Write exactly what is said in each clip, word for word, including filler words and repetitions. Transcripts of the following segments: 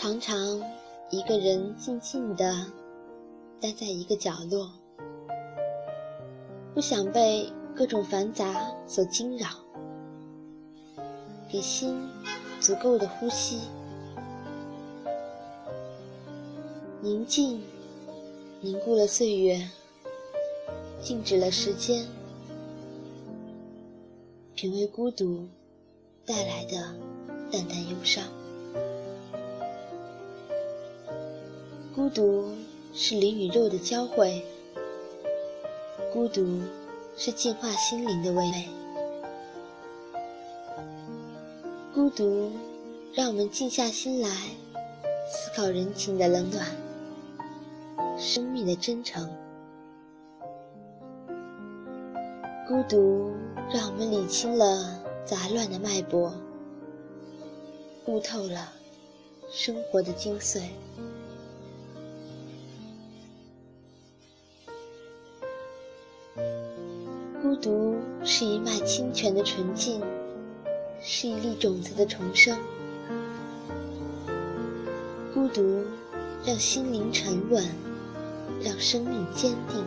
常常一个人静静地待在一个角落，不想被各种繁杂所惊扰，给心足够的呼吸。宁静凝固了岁月，静止了时间，品味孤独带来的淡淡忧伤。孤独是灵与肉的交汇，孤独是净化心灵的味蕾。孤独让我们静下心来，思考人情的冷暖，生命的真诚。孤独让我们理清了杂乱的脉搏，悟透了生活的精髓。孤独是一脉清泉的纯净，是一粒种子的重生。孤独让心灵沉稳，让生命坚定。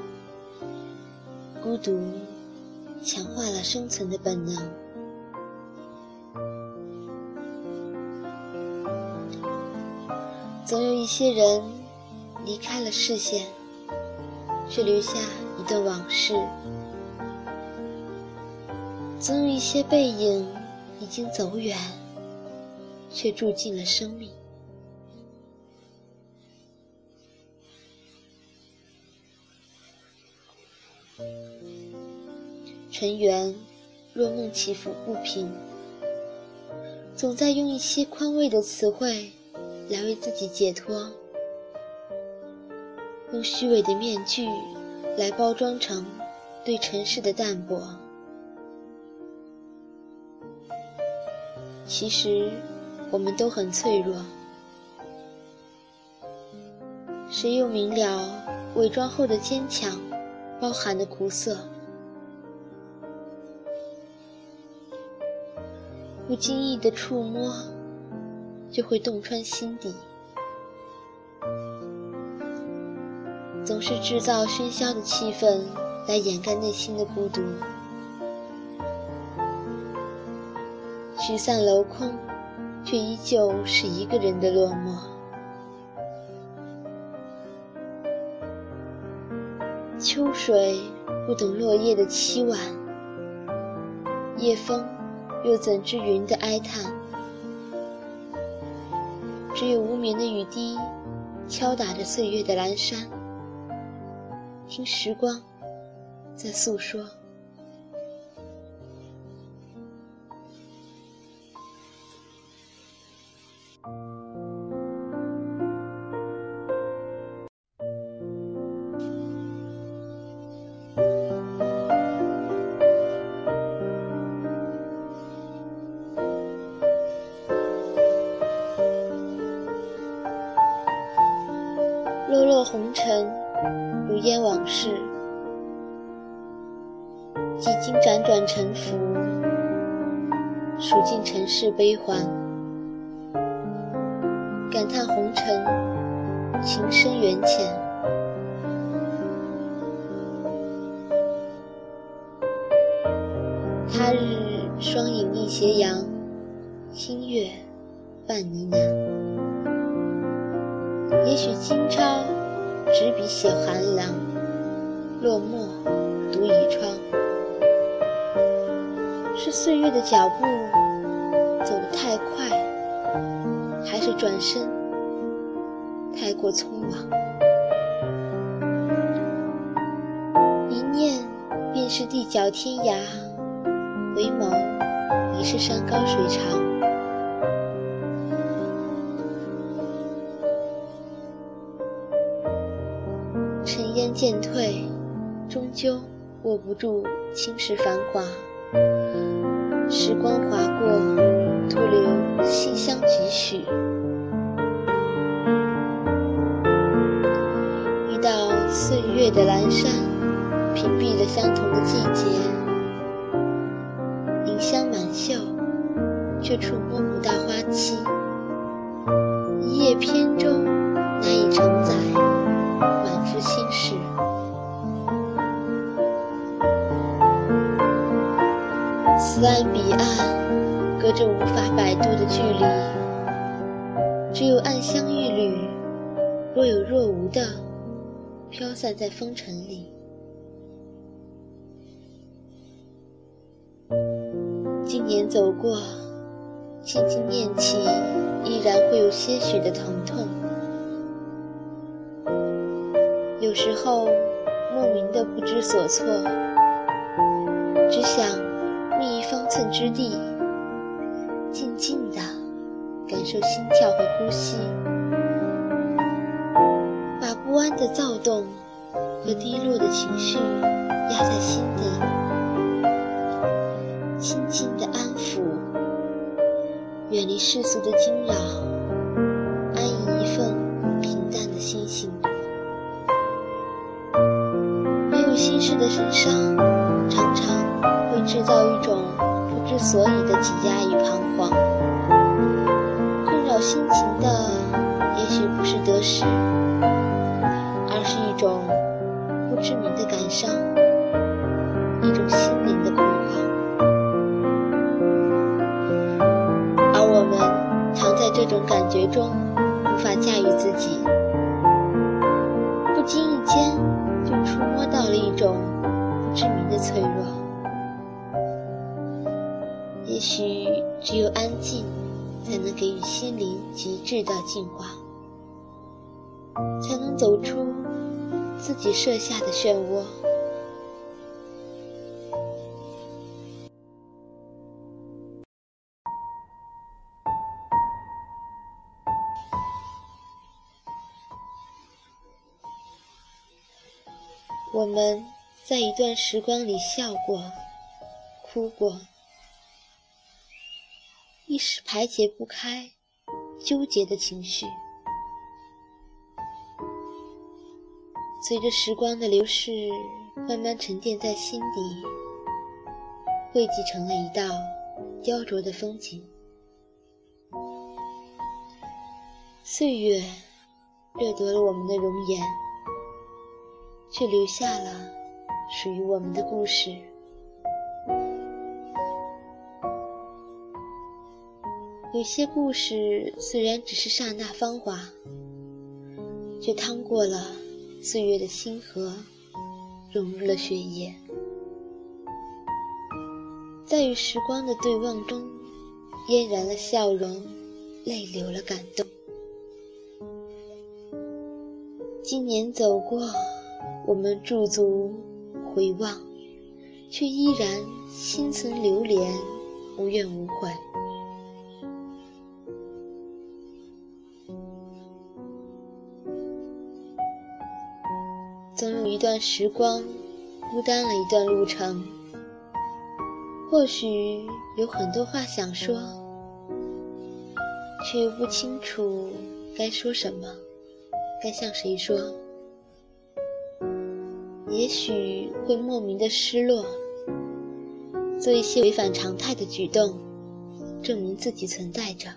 孤独强化了生存的本能。总有一些人离开了视线，却留下一段往事。总有一些背影已经走远，却住进了生命。尘缘若梦起伏不平，总在用一些宽慰的词汇来为自己解脱，用虚伪的面具来包装成对尘世的淡泊。其实我们都很脆弱，谁又明了伪装后的坚强包含的苦涩？不经意的触摸就会洞穿心底，总是制造喧嚣的气氛来掩盖内心的孤独。聚散楼空，却依旧是一个人的落寞。秋水不懂落叶的凄婉，夜风又怎知云的哀叹？只有无眠的雨滴敲打着岁月的阑珊，听时光在诉说。落落红尘，如烟往事，几经辗转沉浮，数尽尘世悲欢，感叹红尘情深缘浅。他日双影逆斜阳，星月伴呢喃。也许今朝执笔写寒凉，落墨独倚窗。是岁月的脚步走得太快，还是转身太过匆忙？一念便是地角天涯，回眸已是山高水长。尘烟渐退，终究握不住青石繁华。时光划过，徒留馨香几许。遇到岁月的阑珊，屏蔽了相同的季节。银香满袖，却触摸不到花期。 篇中难以承载满腹心事。此岸彼岸，隔着无法摆渡的距离，只有暗香玉缕，若有若无地飘散在风尘里。今年走过，轻轻念起，依然会有些许的疼痛。有时候莫名的不知所措，只想觅一方寸之地，静静地感受心跳和呼吸，把不安的躁动和低落的情绪压在心底，轻轻地安抚，远离世俗的惊扰，安以一份平淡的心性。没有心事的身上，常常会制造一种不知所以的挤压与彷徨。困扰心情的也许不是得失，而是一种不知名的感伤，一种心灵的空旷。而我们常在这种感觉中无法驾驭自己，不经意间就触摸到了一种不知名的脆弱。也许只有安静才能给予心灵极致的净化，才能走出自己设下的漩涡。我们在一段时光里笑过，哭过，一时排解不开纠结的情绪。随着时光的流逝，慢慢沉淀在心底，汇集成了一道雕琢的风景。岁月掠夺了我们的容颜，却留下了属于我们的故事。有些故事虽然只是刹那芳华，却趟过了岁月的星河，融入了血液，在与时光的对望中，嫣然了笑容，泪流了感动。今年走过，我们驻足回望，却依然心存流连，无怨无悔。总有一段时光孤单了一段路程，或许有很多话想说，却又不清楚该说什么，该向谁说。也许会莫名的失落，做一些违反常态的举动，证明自己存在着。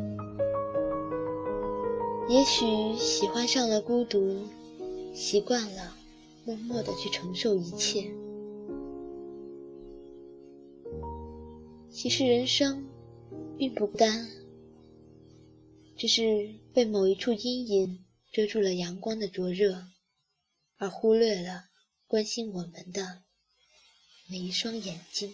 也许喜欢上了孤独，习惯了默默地去承受一切。其实人生并不孤单，只是被某一处阴影遮住了阳光的灼热，而忽略了关心我们的每一双眼睛。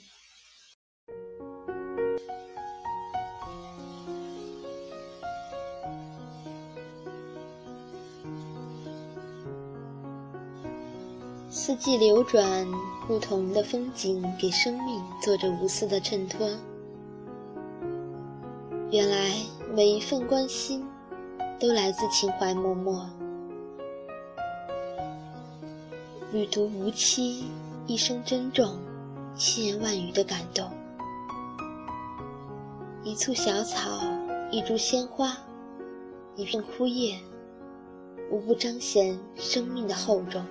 四季流转，不同的风景给生命做着无私的衬托。原来每一份关心都来自情怀脉脉。旅途无期，一生珍重，千言万语的感动。一簇小草，一株鲜花，一片枯叶，无不彰显生命的厚重。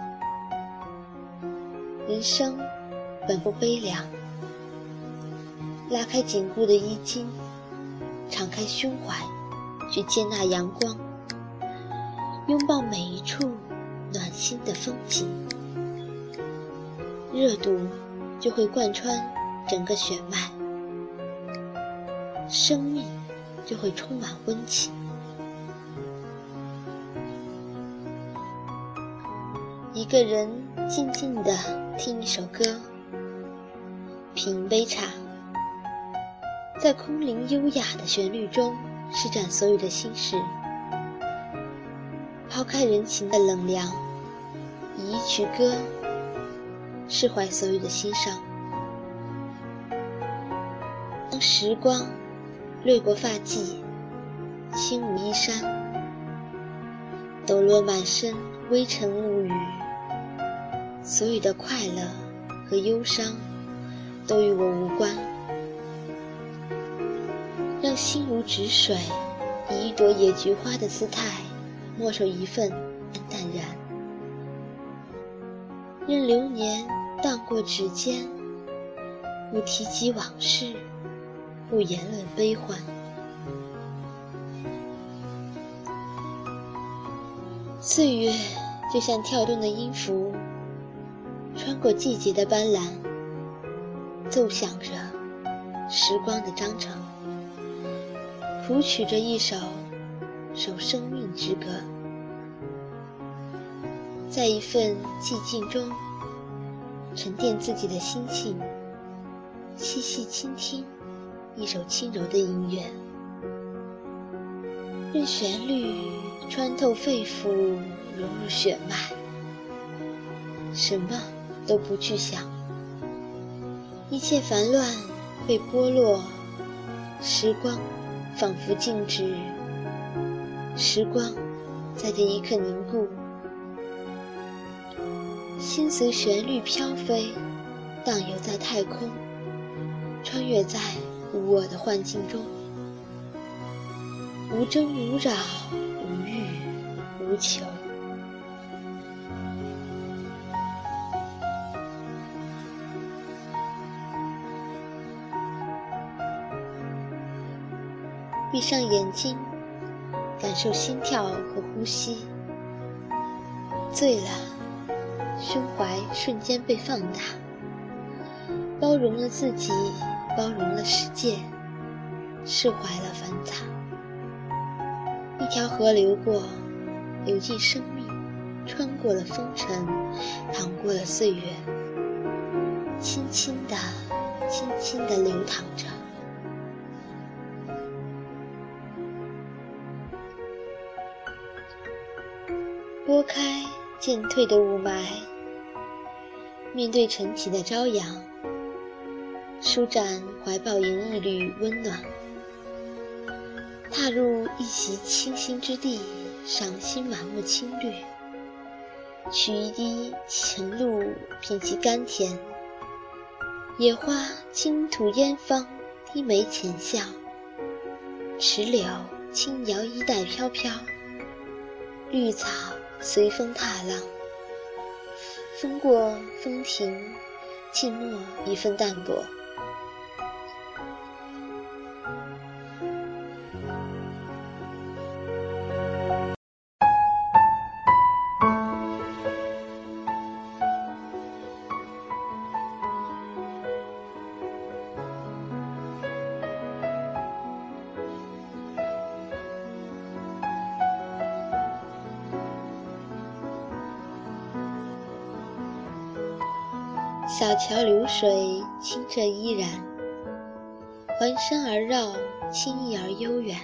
人生本不悲凉，拉开紧固的衣襟，敞开胸怀， 去接纳阳光，拥抱每一处暖心的风景，热度就会贯穿整个血脉，生命就会充满温情。一个人静静地听一首歌，品一杯茶，在空灵优雅的旋律中施展所有的心事，抛开人情的冷凉，以一曲歌释怀所有的心伤。当时光掠过发髻，轻舞衣衫，抖落满身微尘无余，所有的快乐和忧伤都与我无关。让心如止水，以一朵野菊花的姿态默守一份淡淡然，任流年荡过指尖，不提及往事，不言论悲欢。岁月就像跳动的音符，穿过季节的斑斓，奏响着时光的章程，谱曲着一首首生命之歌。在一份寂静中沉淀自己的心性，细细倾听一首轻柔的音乐，任旋律穿透肺腑，融入血脉，什么都不去想，一切烦乱被剥落，时光仿佛静止，时光在这一刻凝固，心随旋律飘飞，荡游在太空，穿越在无我的幻境中，无争无扰，无欲无求。闭上眼睛，感受心跳和呼吸，醉了，胸怀瞬间被放大，包容了自己，包容了世界，释怀了繁杂。一条河流过，流进生命，穿过了风尘，淌过了岁月，轻轻地轻轻地流淌着。拨开渐退的雾霾，面对晨起的朝阳，舒展怀抱迎一缕温暖，踏入一席清新之地，赏心满目青绿，取一滴晨露品其甘甜，野花轻吐烟芳，低眉浅笑，池柳轻摇衣带飘飘，绿草随风踏浪，风过风停，静默一份淡泊。小桥流水，清澈依然，环山而绕，轻逸而悠远。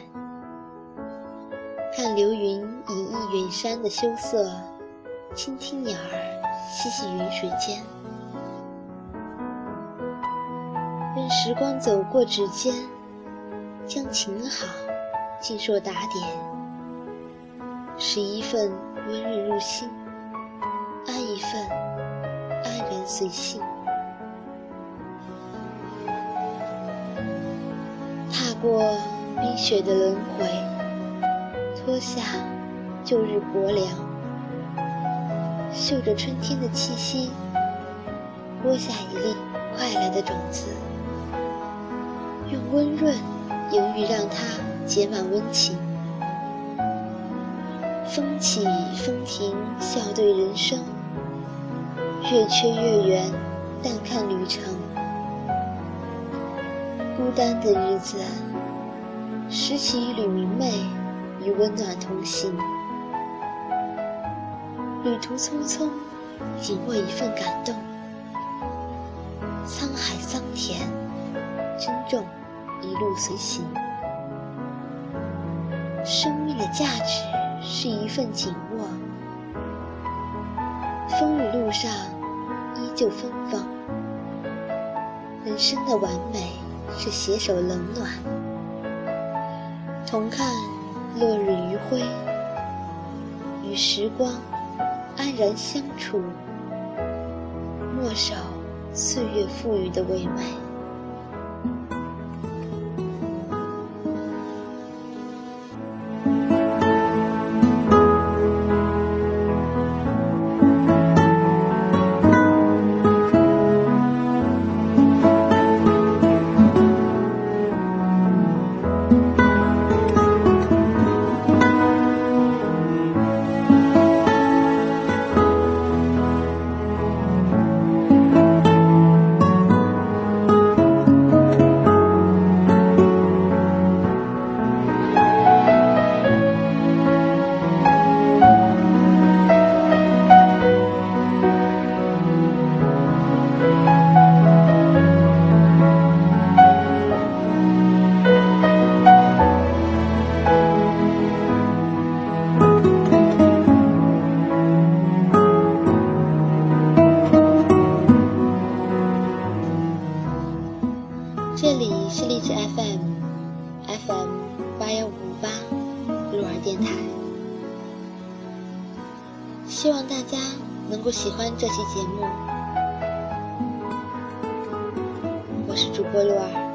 看流云隐逸远山的羞涩，倾听鸟儿嬉戏云水间。任时光走过指尖，将情好尽数打点，使一份温润入心，安一份安然随性。踏过冰雪的轮回，脱下旧日薄凉，嗅着春天的气息，播下一粒快乐的种子，用温润盈余让它结满温情， 风起风停，笑对人生，月缺月圆，淡看旅程。孤单的日子，拾起一缕明媚，与温暖同行。旅途匆匆，紧握一份感动。沧海桑田，珍重一路随行。生命的价值是一份紧握，风雨路上依旧芬芳。人生的完美是携手冷暖，同看落日余晖，与时光安然相处，默守岁月赋予的唯美。这里是荔枝 F M，F M 八幺五五八，鹿儿电台。希望大家能够喜欢这期节目。我是主播鹿儿。